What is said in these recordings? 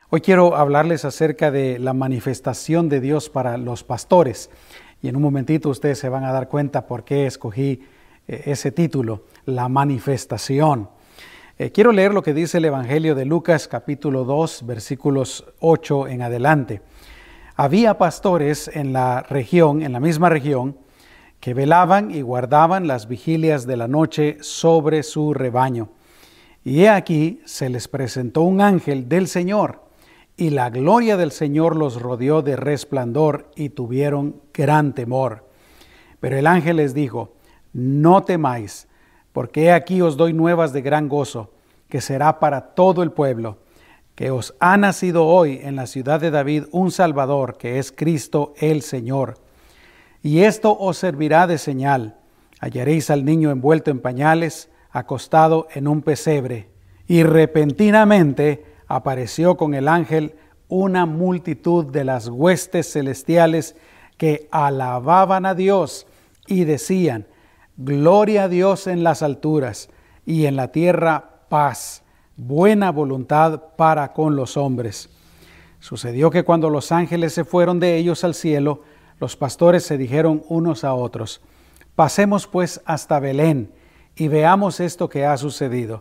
Hoy quiero hablarles acerca de la manifestación de Dios para los pastores. Y en un momentito ustedes se van a dar cuenta por qué escogí ese título, la manifestación. Quiero leer lo que dice el Evangelio de Lucas, capítulo 2, versículos 8 en adelante. Había pastores en la misma región, que velaban y guardaban las vigilias de la noche sobre su rebaño. Y he aquí se les presentó un ángel del Señor, y la gloria del Señor los rodeó de resplandor, y tuvieron gran temor. Pero el ángel les dijo: no temáis, porque he aquí os doy nuevas de gran gozo, que será para todo el pueblo, que os ha nacido hoy en la ciudad de David un Salvador, que es Cristo el Señor. Y esto os servirá de señal: hallaréis al niño envuelto en pañales, acostado en un pesebre. Y repentinamente apareció con el ángel una multitud de las huestes celestiales que alababan a Dios y decían: gloria a Dios en las alturas, y en la tierra paz, buena voluntad para con los hombres. Sucedió que cuando los ángeles se fueron de ellos al cielo, los pastores se dijeron unos a otros: pasemos pues hasta Belén y veamos esto que ha sucedido.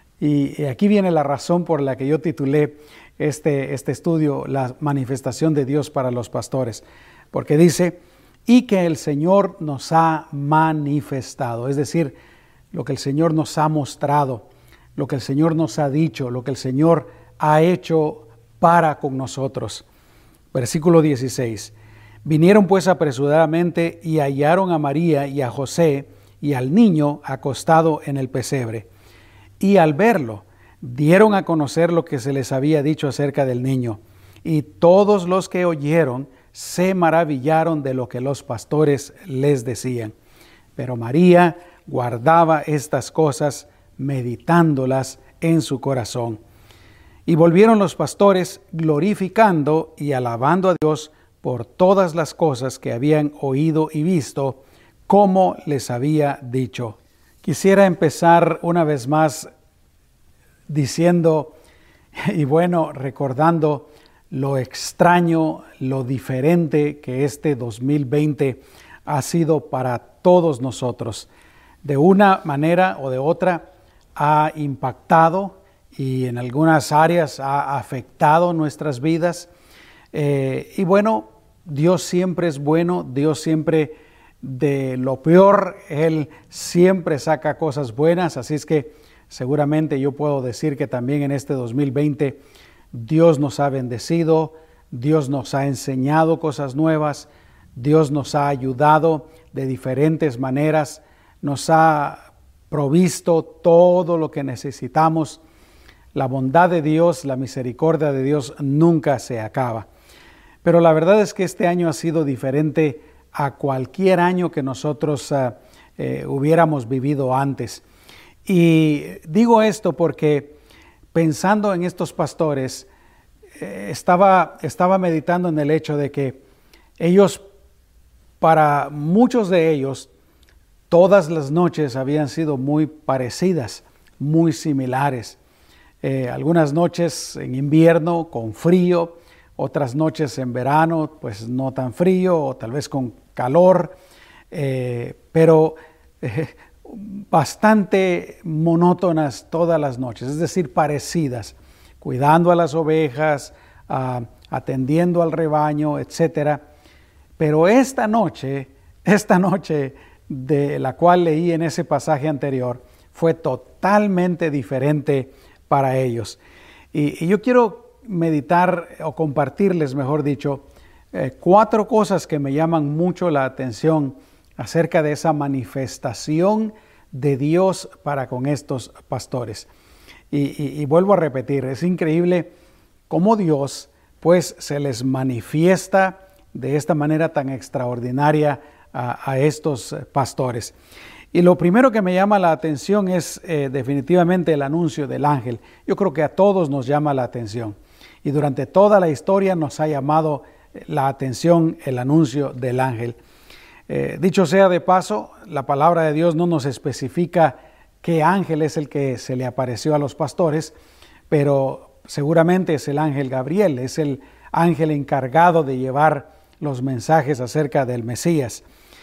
Y aquí viene la razón por la que yo titulé este estudio, la manifestación de Dios para los pastores. Porque dice: y que el Señor nos ha manifestado. Es decir, lo que el Señor nos ha mostrado, lo que el Señor nos ha dicho, lo que el Señor ha hecho para con nosotros. Versículo 16. Vinieron pues apresuradamente y hallaron a María y a José y al niño acostado en el pesebre. Y al verlo, dieron a conocer lo que se les había dicho acerca del niño. Y todos los que oyeron se maravillaron de lo que los pastores les decían. Pero María guardaba estas cosas, meditándolas en su corazón. Y volvieron los pastores glorificando y alabando a Dios por todas las cosas que habían oído y visto, como les había dicho. Quisiera empezar una vez más diciendo, y bueno, recordando lo extraño, lo diferente que este 2020 ha sido para todos nosotros. De una manera o de otra ha impactado y en algunas áreas ha afectado nuestras vidas. Y bueno, Dios siempre es bueno, Dios siempre de lo peor, Él siempre saca cosas buenas, así es que seguramente yo puedo decir que también en este 2020 Dios nos ha bendecido, Dios nos ha enseñado cosas nuevas, Dios nos ha ayudado de diferentes maneras, nos ha provisto todo lo que necesitamos. La bondad de Dios, la misericordia de Dios nunca se acaba. Pero la verdad es que este año ha sido diferente a cualquier año que nosotros hubiéramos vivido antes. Y digo esto porque pensando en estos pastores, estaba meditando en el hecho de que ellos, para muchos de ellos, todas las noches habían sido muy parecidas, muy similares. Algunas noches en invierno con frío, otras noches en verano pues no tan frío o tal vez con calor, pero bastante monótonas todas las noches, es decir, parecidas, cuidando a las ovejas, atendiendo al rebaño, etcétera. Pero esta noche de la cual leí en ese pasaje anterior, fue totalmente diferente para ellos. Y yo quiero meditar o compartirles, mejor dicho, 4 cosas que me llaman mucho la atención acerca de esa manifestación de Dios para con estos pastores. Y vuelvo a repetir, es increíble cómo Dios pues se les manifiesta de esta manera tan extraordinaria a estos pastores. Y lo primero que me llama la atención es definitivamente el anuncio del ángel. Yo creo que a todos nos llama la atención. Y durante toda la historia nos ha llamado la atención el anuncio del ángel. Dicho sea de paso, la palabra de Dios no nos especifica qué ángel es el que se le apareció a los pastores, pero seguramente es el ángel Gabriel, es el ángel encargado de llevar los mensajes acerca del Mesías.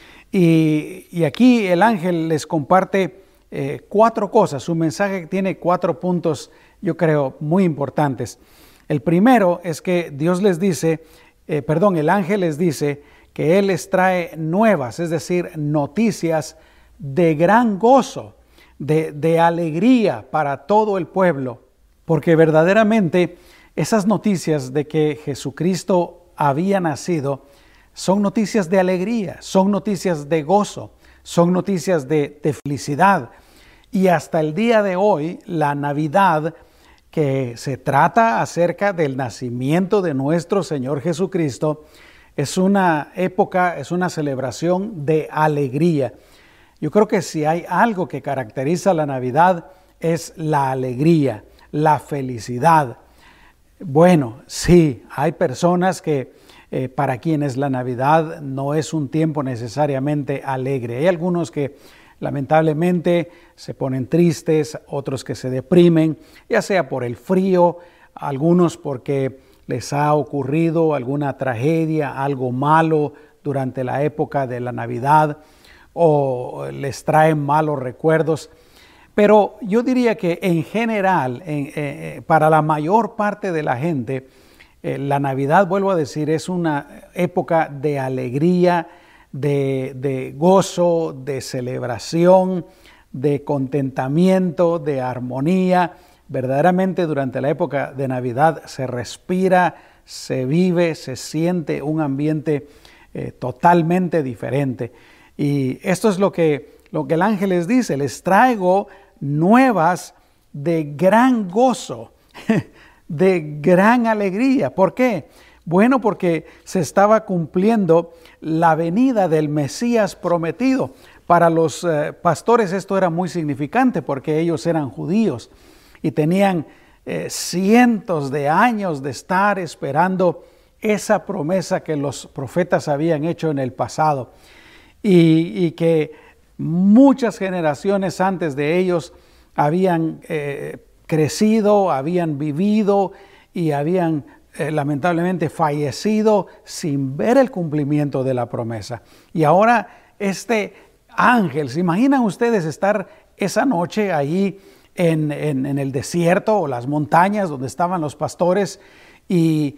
Y aquí el ángel les comparte 4 cosas. Su mensaje tiene 4 puntos, yo creo, muy importantes. El primero es que Dios les dice, el ángel les dice que Él les trae nuevas, es decir, noticias de gran gozo, de alegría para todo el pueblo, porque verdaderamente esas noticias de que Jesucristo había nacido son noticias de alegría, son noticias de gozo, son noticias de felicidad. Y hasta el día de hoy, la Navidad, que se trata acerca del nacimiento de nuestro Señor Jesucristo, es una época, es una celebración de alegría. Yo creo que si hay algo que caracteriza la Navidad es la alegría, la felicidad. Bueno, sí, hay personas que para quienes la Navidad no es un tiempo necesariamente alegre. Hay algunos que lamentablemente se ponen tristes, otros que se deprimen, ya sea por el frío, algunos porque les ha ocurrido alguna tragedia, algo malo durante la época de la Navidad, o les traen malos recuerdos. Pero yo diría que en general, para la mayor parte de la gente, la Navidad, vuelvo a decir, es una época de alegría, de gozo, de celebración, de contentamiento, de armonía. Verdaderamente durante la época de Navidad se respira, se vive, se siente un ambiente totalmente diferente. Y esto es lo que el ángel les dice: les traigo nuevas de gran gozo, de gran alegría. ¿Por qué? Bueno, porque se estaba cumpliendo la venida del Mesías prometido. Para los pastores esto era muy significante porque ellos eran judíos y tenían cientos de años de estar esperando esa promesa que los profetas habían hecho en el pasado y que muchas generaciones antes de ellos habían crecido, habían vivido y habían lamentablemente fallecido sin ver el cumplimiento de la promesa. Y ahora este ángel, ¿se imaginan ustedes estar esa noche ahí en el desierto o las montañas donde estaban los pastores y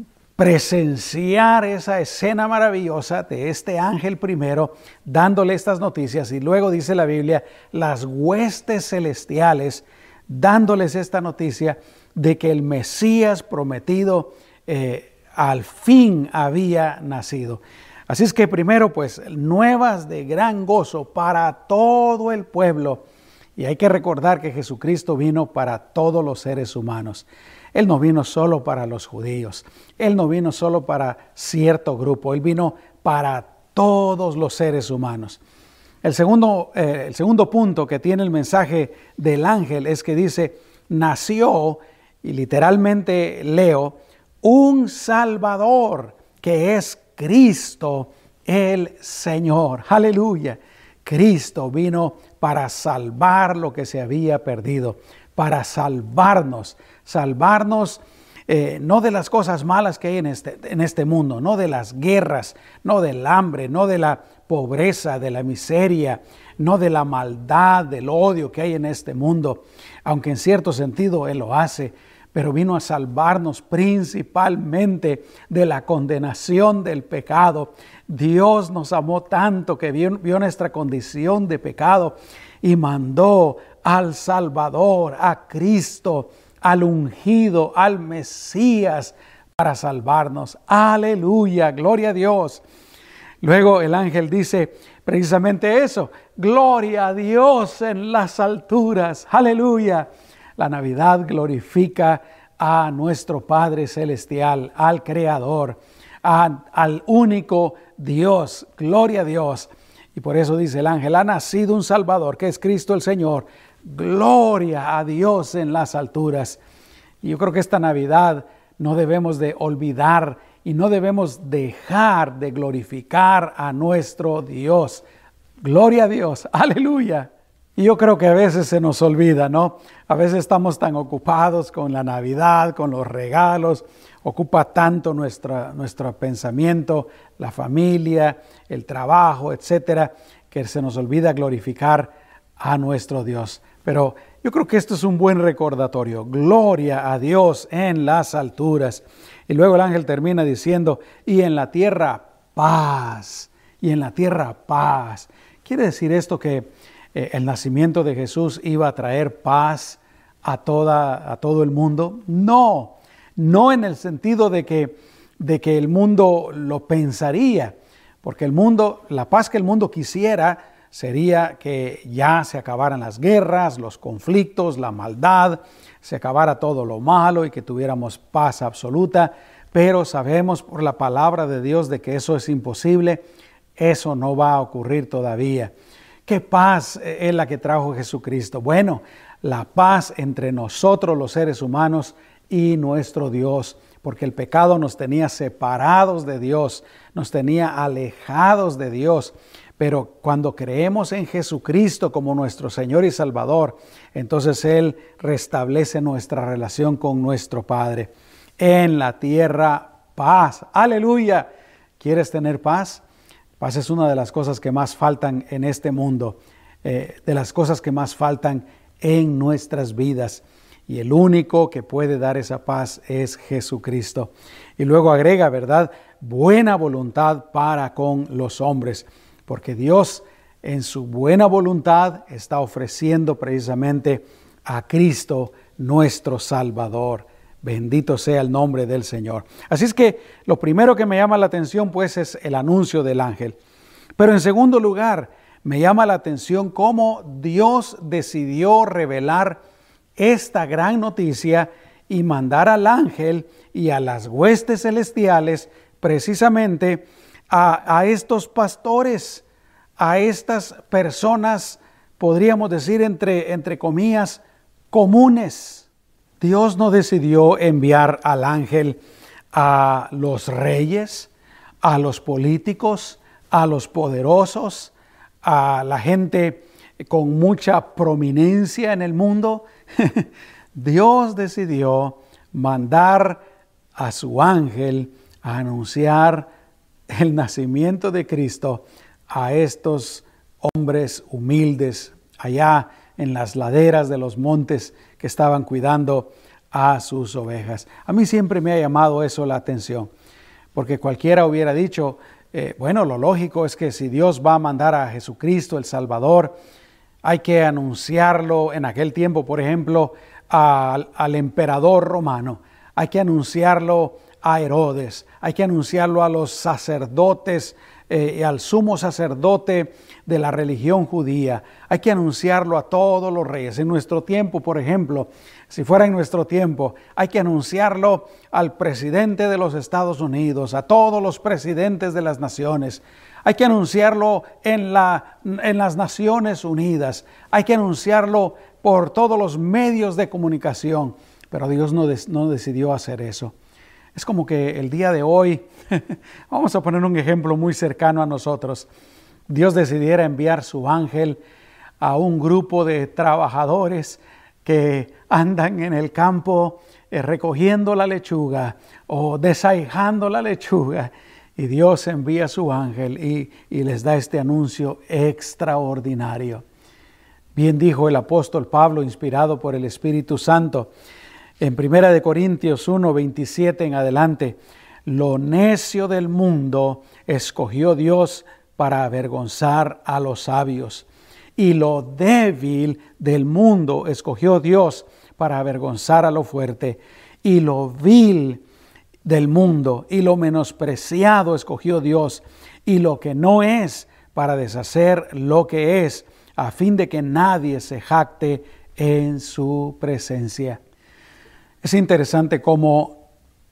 presenciar esa escena maravillosa de este ángel primero dándole estas noticias, y luego dice la Biblia, las huestes celestiales dándoles esta noticia de que el Mesías prometido al fin había nacido? Así es que primero, pues, nuevas de gran gozo para todo el pueblo. Y hay que recordar que Jesucristo vino para todos los seres humanos. Él no vino solo para los judíos. Él no vino solo para cierto grupo. Él vino para todos los seres humanos. El segundo punto que tiene el mensaje del ángel es que dice, nació, y literalmente leo, un Salvador, que es Cristo el Señor. Aleluya. Cristo vino para salvar lo que se había perdido, para salvarnos no de las cosas malas que hay en este mundo, no de las guerras, no del hambre, no de la pobreza, de la miseria, no de la maldad, del odio que hay en este mundo, aunque en cierto sentido Él lo hace, pero vino a salvarnos principalmente de la condenación del pecado. Dios nos amó tanto que vio nuestra condición de pecado y mandó al Salvador, a Cristo, al ungido, al Mesías, para salvarnos. Aleluya, gloria a Dios. Luego el ángel dice precisamente eso, gloria a Dios en las alturas. Aleluya. La Navidad glorifica a nuestro Padre Celestial, al Creador, al único Dios. Gloria a Dios. Y por eso dice el ángel, ha nacido un Salvador, que es Cristo el Señor. Gloria a Dios en las alturas. Y yo creo que esta Navidad no debemos de olvidar y no debemos dejar de glorificar a nuestro Dios. Gloria a Dios. Aleluya. Y yo creo que a veces se nos olvida, ¿no? A veces estamos tan ocupados con la Navidad, con los regalos, ocupa tanto nuestro pensamiento, la familia, el trabajo, etcétera, que se nos olvida glorificar a nuestro Dios. Pero yo creo que esto es un buen recordatorio. Gloria a Dios en las alturas. Y luego el ángel termina diciendo, y en la tierra paz, y en la tierra paz. ¿Quiere decir esto que el nacimiento de Jesús iba a traer paz a todo el mundo? No, no en el sentido de que el mundo lo pensaría, porque la paz que el mundo quisiera sería que ya se acabaran las guerras, los conflictos, la maldad, se acabara todo lo malo y que tuviéramos paz absoluta, pero sabemos por la palabra de Dios de que eso es imposible, eso no va a ocurrir todavía. ¿Qué paz es la que trajo Jesucristo? Bueno, la paz entre nosotros los seres humanos y nuestro Dios, porque el pecado nos tenía separados de Dios, nos tenía alejados de Dios. Pero cuando creemos en Jesucristo como nuestro Señor y Salvador, entonces Él restablece nuestra relación con nuestro Padre. En la tierra, paz. ¡Aleluya! ¿Quieres tener paz? Paz es una de las cosas que más faltan en este mundo, de las cosas que más faltan en nuestras vidas. Y el único que puede dar esa paz es Jesucristo. Y luego agrega, ¿verdad? Buena voluntad para con los hombres. Porque Dios en su buena voluntad está ofreciendo precisamente a Cristo nuestro Salvador. Bendito sea el nombre del Señor. Así es que lo primero que me llama la atención pues es el anuncio del ángel. Pero en segundo lugar me llama la atención cómo Dios decidió revelar esta gran noticia y mandar al ángel y a las huestes celestiales precisamente a estos pastores, a estas personas, podríamos decir entre comillas, comunes. Dios no decidió enviar al ángel a los reyes, a los políticos, a los poderosos, a la gente con mucha prominencia en el mundo. Dios decidió mandar a su ángel a anunciar el nacimiento de Cristo a estos hombres humildes allá en las laderas de los montes que estaban cuidando a sus ovejas. A mí siempre me ha llamado eso la atención, porque cualquiera hubiera dicho, bueno, lo lógico es que si Dios va a mandar a Jesucristo, el Salvador, hay que anunciarlo en aquel tiempo, por ejemplo, al emperador romano, hay que anunciarlo a Herodes, hay que anunciarlo a los sacerdotes, al sumo sacerdote de la religión judía, hay que anunciarlo a todos los reyes. En nuestro tiempo, por ejemplo, si fuera en nuestro tiempo, hay que anunciarlo al presidente de los Estados Unidos, a todos los presidentes de las naciones, hay que anunciarlo en las Naciones Unidas, hay que anunciarlo por todos los medios de comunicación, pero Dios no decidió hacer eso. Es como que el día de hoy, vamos a poner un ejemplo muy cercano a nosotros, Dios decidiera enviar su ángel a un grupo de trabajadores que andan en el campo recogiendo la lechuga o desahijando la lechuga, y Dios envía su ángel y les da este anuncio extraordinario. Bien dijo el apóstol Pablo, inspirado por el Espíritu Santo, en 1 Corintios 1, 27 en adelante, lo necio del mundo escogió Dios para avergonzar a los sabios, y lo débil del mundo escogió Dios para avergonzar a lo fuerte, y lo vil del mundo y lo menospreciado escogió Dios, y lo que no es para deshacer lo que es, a fin de que nadie se jacte en su presencia. Es interesante cómo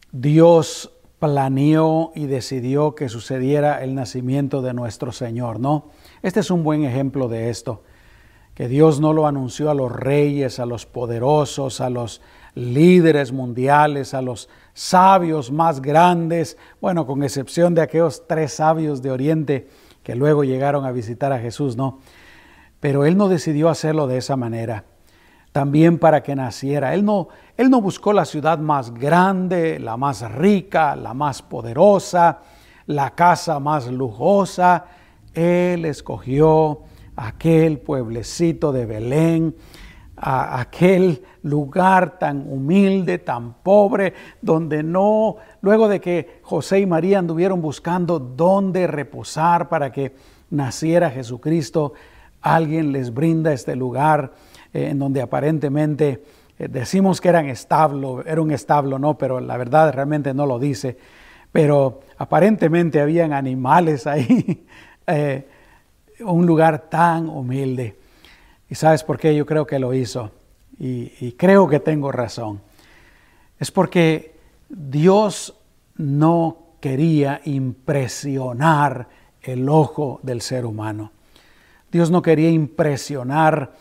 Dios planeó y decidió que sucediera el nacimiento de nuestro Señor, ¿no? Este es un buen ejemplo de esto, que Dios no lo anunció a los reyes, a los poderosos, a los líderes mundiales, a los sabios más grandes, bueno, con excepción de aquellos 3 sabios de Oriente que luego llegaron a visitar a Jesús, ¿no? pero Él no decidió hacerlo de esa manera. También para que naciera. Él no buscó la ciudad más grande, la más rica, la más poderosa, la casa más lujosa. Él escogió aquel pueblecito de Belén, a aquel lugar tan humilde, tan pobre, donde luego de que José y María anduvieron buscando dónde reposar para que naciera Jesucristo, alguien les brinda este lugar en donde aparentemente decimos que era un establo, no, pero la verdad realmente no lo dice, pero aparentemente habían animales ahí, un lugar tan humilde. ¿Y sabes por qué yo creo que lo hizo? Y creo que tengo razón. Es porque Dios no quería impresionar el ojo del ser humano. Dios no quería impresionar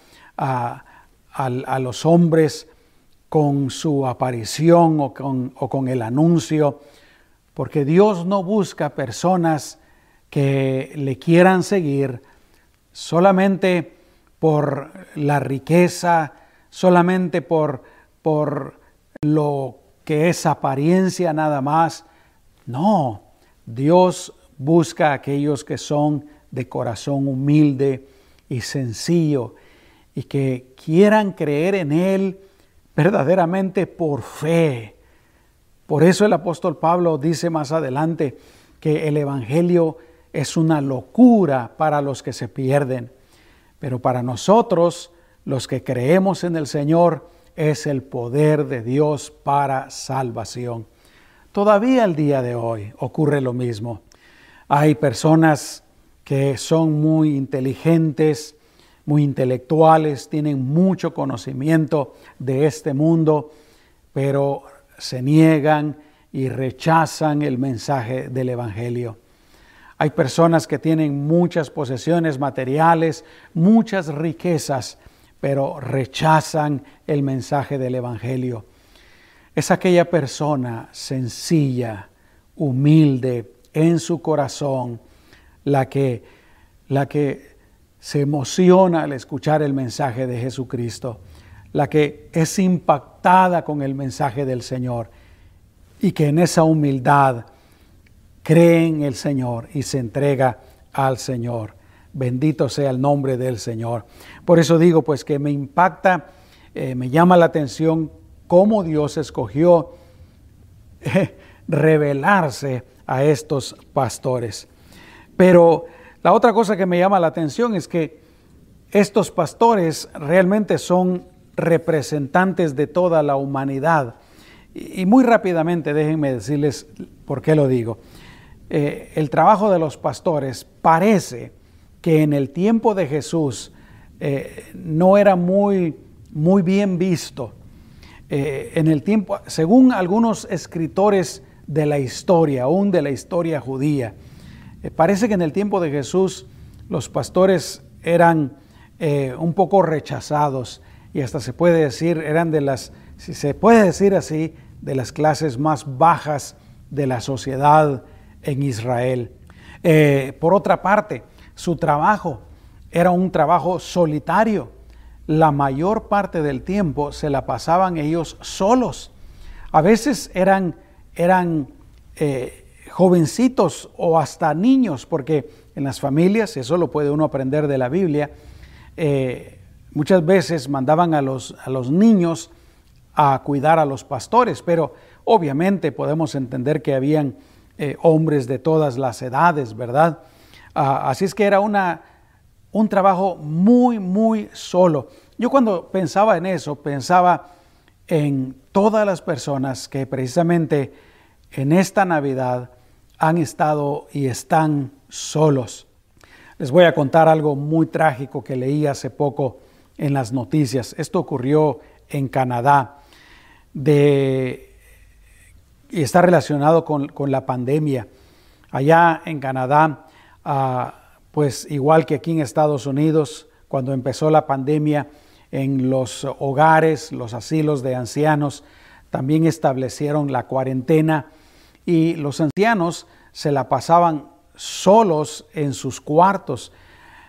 a los hombres con su aparición o con el anuncio, porque Dios no busca personas que le quieran seguir solamente por la riqueza, solamente por lo que es apariencia nada más. No, Dios busca a aquellos que son de corazón humilde y sencillo y que quieran creer en Él verdaderamente por fe. Por eso el apóstol Pablo dice más adelante que el evangelio es una locura para los que se pierden, pero para nosotros, los que creemos en el Señor, es el poder de Dios para salvación. Todavía el día de hoy ocurre lo mismo. Hay personas que son muy inteligentes, muy intelectuales, tienen mucho conocimiento de este mundo, pero se niegan y rechazan el mensaje del evangelio. Hay personas que tienen muchas posesiones materiales, muchas riquezas, pero rechazan el mensaje del evangelio. Es aquella persona sencilla, humilde en su corazón, la que se emociona al escuchar el mensaje de Jesucristo, la que es impactada con el mensaje del Señor y que en esa humildad cree en el Señor y se entrega al Señor. Bendito sea el nombre del Señor. Por eso digo pues que me impacta, me llama la atención cómo Dios escogió revelarse a estos pastores. Pero la otra cosa que me llama la atención es que estos pastores realmente son representantes de toda la humanidad. Y muy rápidamente déjenme decirles por qué lo digo. El trabajo de los pastores parece que en el tiempo de Jesús no era muy bien visto. En el tiempo, según algunos escritores de la historia, aún de la historia judía, parece que en el tiempo de Jesús los pastores eran un poco rechazados y hasta se puede decir, eran si se puede decir así, de las clases más bajas de la sociedad en Israel. Por otra parte, su trabajo era un trabajo solitario. La mayor parte del tiempo se la pasaban ellos solos. A veces eran jovencitos o hasta niños, porque en las familias, eso lo puede uno aprender de la Biblia, muchas veces mandaban a los niños a cuidar a los pastores, pero obviamente podemos entender que habían hombres de todas las edades, ¿verdad? Así es que era un trabajo muy solo. Yo cuando pensaba en eso, pensaba en todas las personas que precisamente en esta Navidad han estado y están solos. Les voy a contar algo muy trágico que leí hace poco en las noticias. Esto ocurrió en Canadá y está relacionado con la pandemia. Allá en Canadá, pues igual que aquí en Estados Unidos, cuando empezó la pandemia, en los hogares, los asilos de ancianos, también establecieron la cuarentena y los ancianos se la pasaban solos en sus cuartos.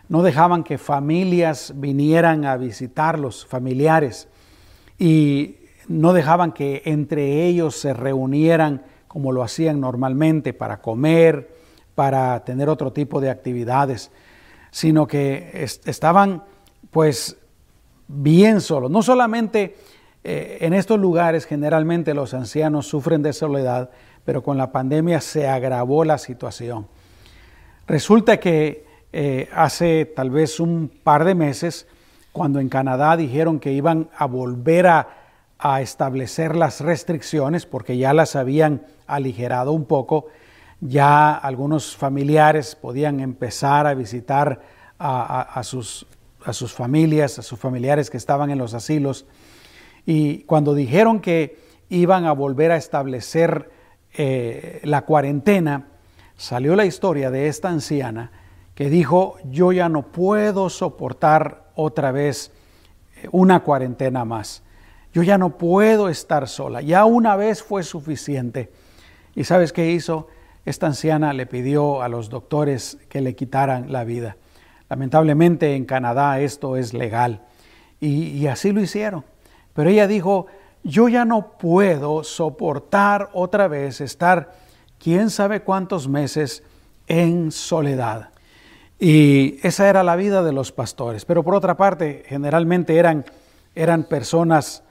no dejaban que familias vinieran a visitarlos, familiares, y no dejaban que entre ellos se reunieran como lo hacían normalmente para comer, para tener otro tipo de actividades, sino que estaban pues bien solos. No solamente en estos lugares generalmente los ancianos sufren de soledad, pero con la pandemia se agravó la situación. Resulta que hace tal vez un par de meses, cuando en Canadá dijeron que iban a volver a establecer las restricciones, porque ya las habían aligerado un poco, ya algunos familiares podían empezar a visitar a sus familias, a sus familiares que estaban en los asilos. Y cuando dijeron que iban a volver a establecer la cuarentena, salió la historia de esta anciana que dijo: yo ya no puedo soportar otra vez una cuarentena más. Yo ya no puedo estar sola. Ya una vez fue suficiente. ¿Y sabes qué hizo? Esta anciana le pidió a los doctores que le quitaran la vida. Lamentablemente en Canadá esto es legal y así lo hicieron. Pero ella dijo: yo ya no puedo soportar otra vez estar quién sabe cuántos meses en soledad. Y esa era la vida de los pastores. Pero por otra parte, generalmente eran personas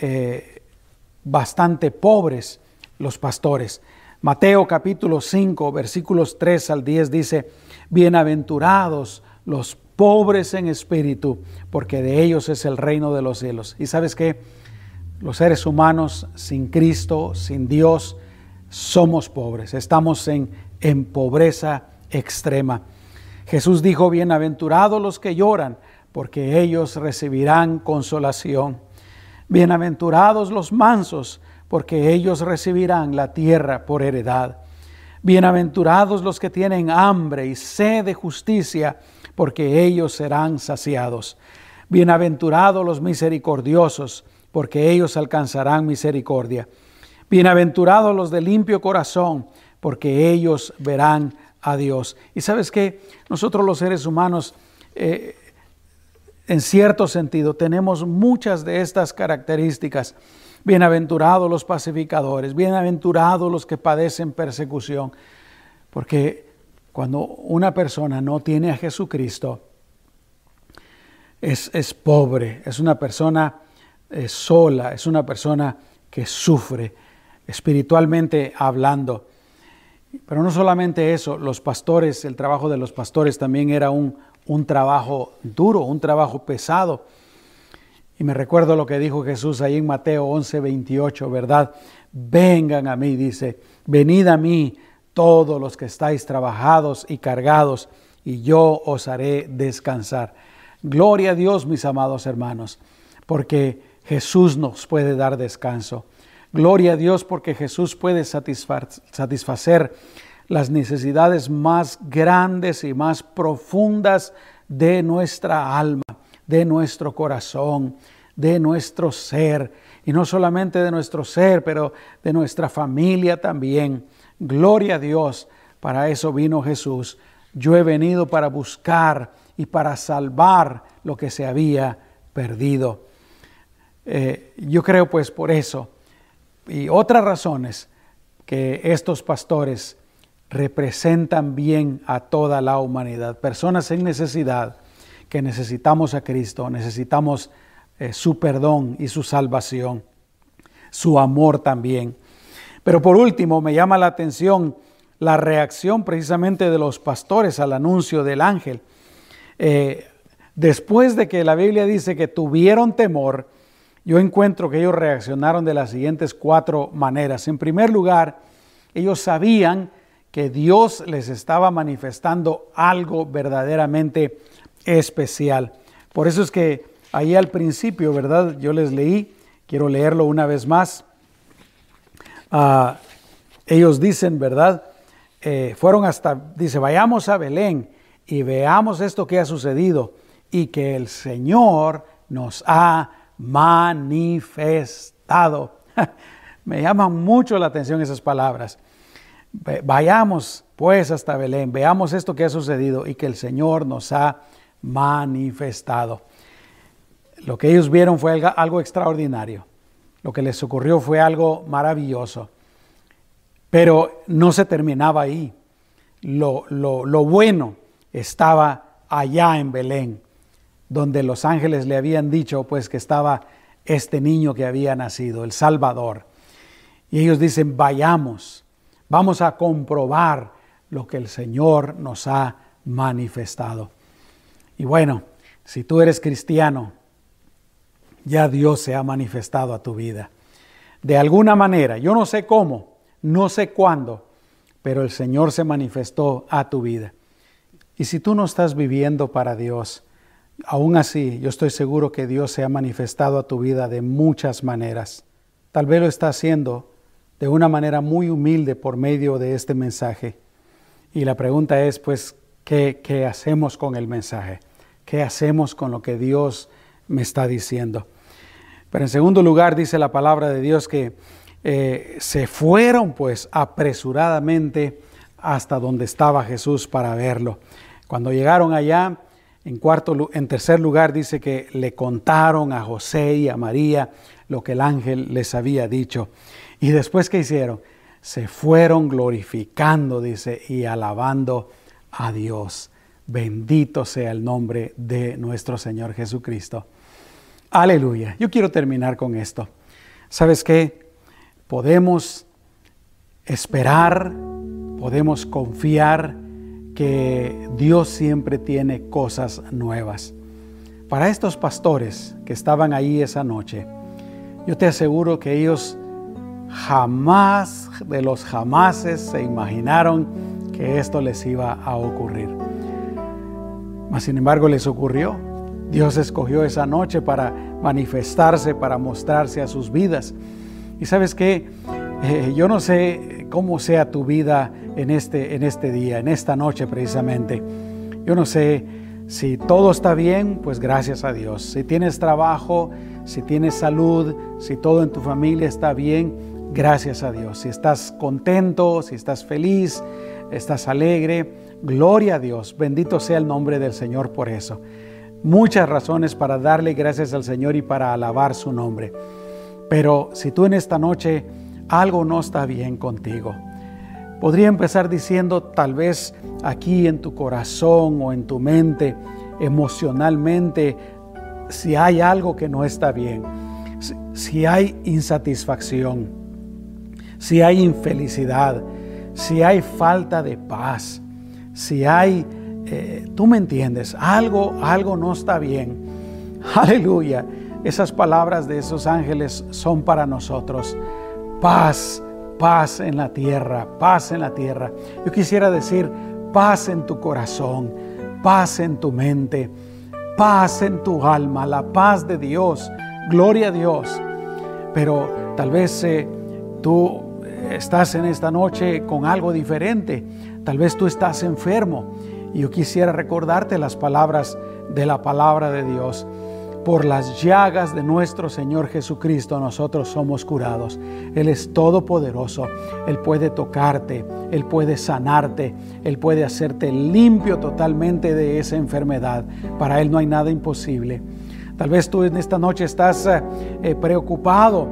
bastante pobres, los pastores. Mateo capítulo 5, versículos 3 al 10 dice: bienaventurados los pobres en espíritu, porque de ellos es el reino de los cielos. Y ¿sabes qué? Los seres humanos sin Cristo, sin Dios, somos pobres. Estamos en pobreza extrema. Jesús dijo: bienaventurados los que lloran, porque ellos recibirán consolación. Bienaventurados los mansos, porque ellos recibirán la tierra por heredad. Bienaventurados los que tienen hambre y sed de justicia, porque ellos serán saciados. Bienaventurados los misericordiosos, porque ellos alcanzarán misericordia. Bienaventurados los de limpio corazón, porque ellos verán a Dios. Y ¿sabes qué? Nosotros los seres humanos, en cierto sentido, tenemos muchas de estas características. Bienaventurados los pacificadores, bienaventurados los que padecen persecución. Porque cuando una persona no tiene a Jesucristo, es pobre, es una persona sola, es una persona que sufre espiritualmente hablando. Pero no solamente eso, los pastores, el trabajo de los pastores también era un trabajo duro, un trabajo pesado. Y me recuerdo lo que dijo Jesús ahí en Mateo 11:28, ¿verdad? Vengan a mí, dice, venid a mí todos los que estáis trabajados y cargados, y yo os haré descansar. Gloria a Dios, mis amados hermanos, porque Jesús nos puede dar descanso. Gloria a Dios porque Jesús puede satisfacer las necesidades más grandes y más profundas de nuestra alma, de nuestro corazón, de nuestro ser. Y no solamente de nuestro ser, pero de nuestra familia también. Gloria a Dios, para eso vino Jesús. Yo he venido para buscar y para salvar lo que se había perdido. Yo creo pues por eso y otras razones que estos pastores representan bien a toda la humanidad. Personas en necesidad que necesitamos a Cristo, necesitamos su perdón y su salvación, su amor también. Pero por último me llama la atención la reacción precisamente de los pastores al anuncio del ángel. Después de que la Biblia dice que tuvieron temor, yo encuentro que ellos reaccionaron de las siguientes 4 maneras. En primer lugar, ellos sabían que Dios les estaba manifestando algo verdaderamente especial. Por eso es que ahí al principio, ¿verdad? Yo les leí, quiero leerlo una vez más. Ellos dicen, ¿verdad? Fueron hasta, dice, vayamos a Belén y veamos esto que ha sucedido y que el Señor nos ha manifestado. Me llaman mucho la atención esas palabras. Vayamos pues hasta Belén, veamos esto que ha sucedido y que el Señor nos ha manifestado. Lo que ellos vieron fue algo extraordinario. Lo que les ocurrió fue algo maravilloso. Pero no se terminaba ahí. Lo bueno estaba allá en Belén, donde los ángeles le habían dicho pues que estaba este niño que había nacido, el Salvador. Y ellos dicen, vamos a comprobar lo que el Señor nos ha manifestado. Y bueno, si tú eres cristiano, ya Dios se ha manifestado a tu vida. De alguna manera, yo no sé cómo, no sé cuándo, pero el Señor se manifestó a tu vida. Y si tú no estás viviendo para Dios, aún así yo estoy seguro que Dios se ha manifestado a tu vida de muchas maneras. Tal vez lo está haciendo de una manera muy humilde por medio de este mensaje. Y la pregunta es, pues, ¿qué hacemos con el mensaje? ¿Qué hacemos con lo que Dios me está diciendo? Pero en segundo lugar, dice la palabra de Dios que se fueron pues apresuradamente hasta donde estaba Jesús para verlo. Cuando llegaron allá, en tercer lugar dice que le contaron a José y a María lo que el ángel les había dicho. Y después, ¿qué hicieron? Se fueron glorificando, dice, y alabando a Dios. Bendito sea el nombre de nuestro Señor Jesucristo. Aleluya. Yo quiero terminar con esto. ¿Sabes qué? Podemos esperar, podemos confiar que Dios siempre tiene cosas nuevas. Para estos pastores que estaban ahí esa noche, yo te aseguro que ellos jamás de los jamases se imaginaron que esto les iba a ocurrir. Mas sin embargo les ocurrió. Dios escogió esa noche para manifestarse, para mostrarse a sus vidas. Y ¿sabes qué? Yo no sé cómo sea tu vida en este día, en esta noche precisamente. Yo no sé si todo está bien, pues gracias a Dios. Si tienes trabajo, si tienes salud, si todo en tu familia está bien, gracias a Dios. Si estás contento, si estás feliz, estás alegre, gloria a Dios. Bendito sea el nombre del Señor por eso. Muchas razones para darle gracias al Señor y para alabar su nombre. Pero si tú en esta noche algo no está bien contigo, podría empezar diciendo, tal vez aquí en tu corazón o en tu mente, emocionalmente, si hay algo que no está bien, si hay insatisfacción, si hay infelicidad, si hay falta de paz, si hay, tú me entiendes, algo no está bien. Aleluya. Esas palabras de esos ángeles son para nosotros. Paz, paz en la tierra, paz en la tierra. Yo quisiera decir paz en tu corazón, paz en tu mente, paz en tu alma, la paz de Dios, gloria a Dios. Pero tal vez tú estás en esta noche con algo diferente, tal vez tú estás enfermo. Y yo quisiera recordarte las palabras de la palabra de Dios. Por las llagas de nuestro Señor Jesucristo nosotros somos curados. Él es todopoderoso. Él puede tocarte, Él puede sanarte, Él puede hacerte limpio totalmente de esa enfermedad. Para Él no hay nada imposible. Tal vez tú en esta noche estás preocupado,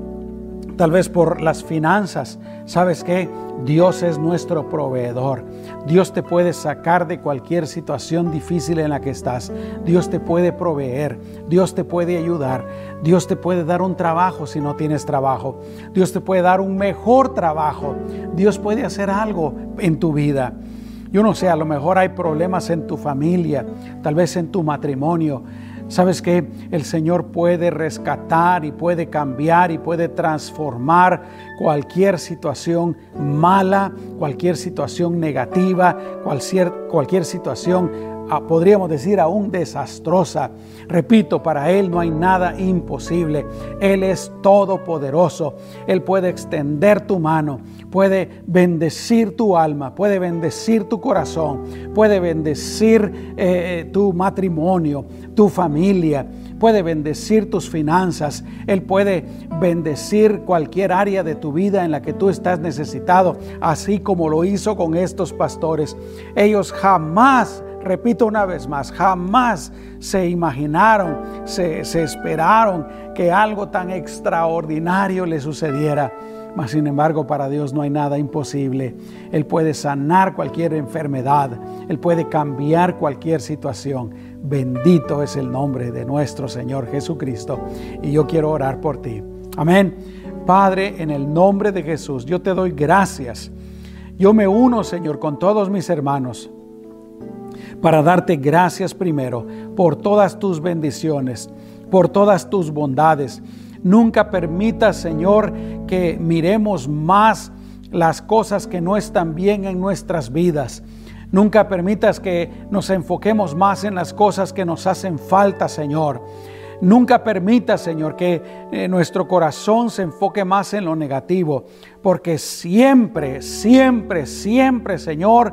tal vez por las finanzas. ¿Sabes qué? Dios es nuestro proveedor. Dios te puede sacar de cualquier situación difícil en la que estás. Dios te puede proveer. Dios te puede ayudar. Dios te puede dar un trabajo si no tienes trabajo. Dios te puede dar un mejor trabajo. Dios puede hacer algo en tu vida. Yo no sé, a lo mejor hay problemas en tu familia, tal vez en tu matrimonio. ¿Sabes qué? El Señor puede rescatar y puede cambiar y puede transformar cualquier situación mala, cualquier situación negativa, cualquier situación, podríamos decir, aún desastrosa. Repito, para Él no hay nada imposible. Él es todopoderoso. Él puede extender tu mano, puede bendecir tu alma, puede bendecir tu corazón, puede bendecir tu matrimonio, tu familia, puede bendecir tus finanzas. Él puede bendecir cualquier área de tu vida en la que tú estás necesitado, así como lo hizo con estos pastores. Ellos jamás repito una vez más, jamás se imaginaron, se esperaron que algo tan extraordinario le sucediera. Mas sin embargo, para Dios no hay nada imposible. Él puede sanar cualquier enfermedad. Él puede cambiar cualquier situación. Bendito es el nombre de nuestro Señor Jesucristo. Y yo quiero orar por ti. Amén. Padre, en el nombre de Jesús, yo te doy gracias. Yo me uno, Señor, con todos mis hermanos para darte gracias primero por todas tus bendiciones, por todas tus bondades. Nunca permitas, Señor, que miremos más las cosas que no están bien en nuestras vidas. Nunca permitas que nos enfoquemos más en las cosas que nos hacen falta, Señor. Nunca permitas, Señor, que nuestro corazón se enfoque más en lo negativo, porque siempre, siempre, siempre, Señor,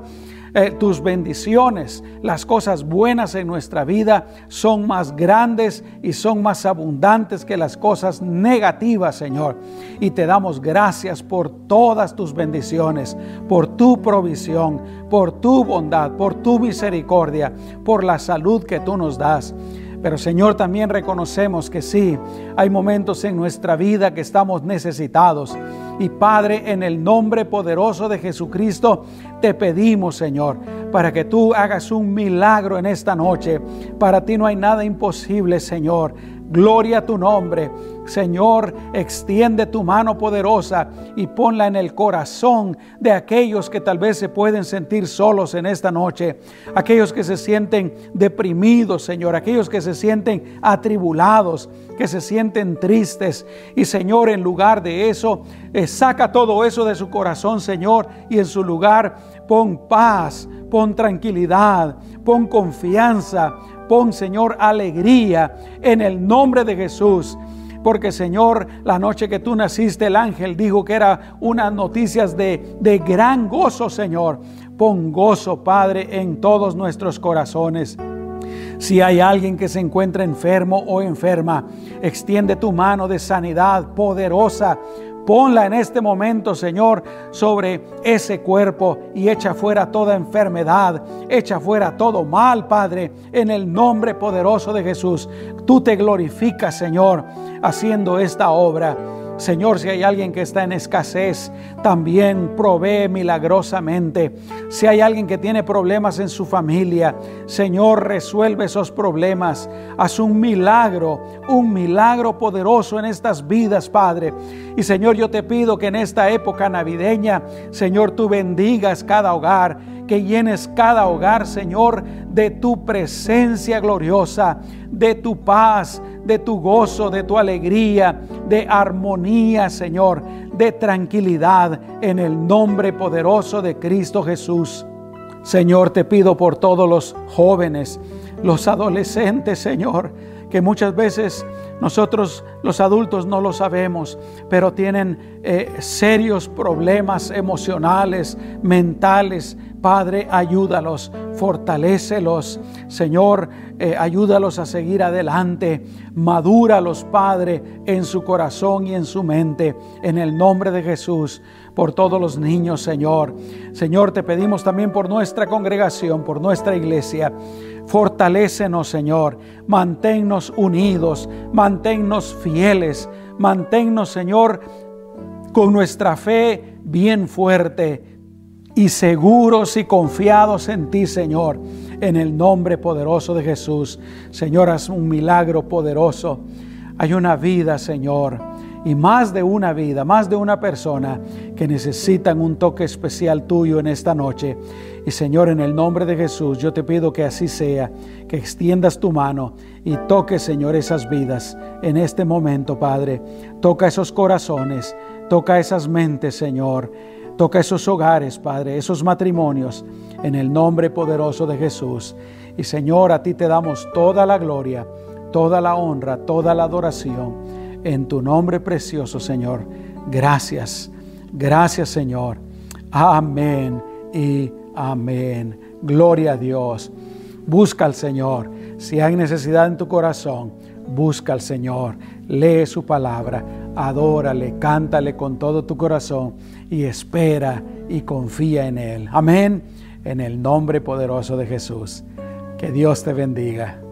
tus bendiciones, las cosas buenas en nuestra vida son más grandes y son más abundantes que las cosas negativas, Señor. Y te damos gracias por todas tus bendiciones, por tu provisión, por tu bondad, por tu misericordia, por la salud que tú nos das. Pero Señor, también reconocemos que sí, hay momentos en nuestra vida que estamos necesitados. Y Padre, en el nombre poderoso de Jesucristo, te pedimos, Señor, para que tú hagas un milagro en esta noche. Para ti no hay nada imposible, Señor. Gloria a tu nombre. Señor, extiende tu mano poderosa y ponla en el corazón de aquellos que tal vez se pueden sentir solos en esta noche. Aquellos que se sienten deprimidos, Señor. Aquellos que se sienten atribulados, que se sienten tristes. Y Señor, en lugar de eso, saca todo eso de su corazón, Señor, y en su lugar pon paz, pon tranquilidad, pon confianza, pon, Señor, alegría en el nombre de Jesús. Porque, Señor, la noche que tú naciste, el ángel dijo que era unas noticias de gran gozo, Señor. Pon gozo, Padre, en todos nuestros corazones. Si hay alguien que se encuentra enfermo o enferma, extiende tu mano de sanidad poderosa. Ponla en este momento, Señor, sobre ese cuerpo y echa fuera toda enfermedad, echa fuera todo mal, Padre, en el nombre poderoso de Jesús. Tú te glorificas, Señor, haciendo esta obra. Señor, si hay alguien que está en escasez, también provee milagrosamente. Si hay alguien que tiene problemas en su familia, Señor, resuelve esos problemas. Haz un milagro poderoso en estas vidas, Padre. Y Señor, yo te pido que en esta época navideña, Señor, tú bendigas cada hogar, que llenes cada hogar, Señor, de tu presencia gloriosa, de tu paz, de tu gozo, de tu alegría, de armonía, Señor, de tranquilidad, en el nombre poderoso de Cristo Jesús. Señor, te pido por todos los jóvenes, los adolescentes, Señor, que muchas veces nosotros los adultos no lo sabemos, pero tienen serios problemas emocionales, mentales. Padre, ayúdalos, fortalécelos. Señor, ayúdalos a seguir adelante. Madúralos, Padre, en su corazón y en su mente. En el nombre de Jesús, por todos los niños, Señor. Señor, te pedimos también por nuestra congregación, por nuestra iglesia. Fortalécenos, Señor. Manténnos unidos, manténnos fieles. Manténnos, Señor, con nuestra fe bien fuerte y seguros y confiados en ti, Señor, en el nombre poderoso de Jesús. Señor, haz un milagro poderoso. Hay una vida, Señor, y más de una vida, más de una persona que necesitan un toque especial tuyo en esta noche. Y Señor, en el nombre de Jesús, yo te pido que así sea, que extiendas tu mano y toques, Señor, esas vidas en este momento, Padre. Toca esos corazones, toca esas mentes, Señor. Toca esos hogares, Padre, esos matrimonios, en el nombre poderoso de Jesús. Y Señor, a ti te damos toda la gloria, toda la honra, toda la adoración. En tu nombre precioso, Señor. Gracias, gracias, Señor. Amén y amén. Gloria a Dios. Busca al Señor. Si hay necesidad en tu corazón, busca al Señor. Lee su palabra, adórale, cántale con todo tu corazón y espera y confía en Él. Amén. En el nombre poderoso de Jesús. Que Dios te bendiga.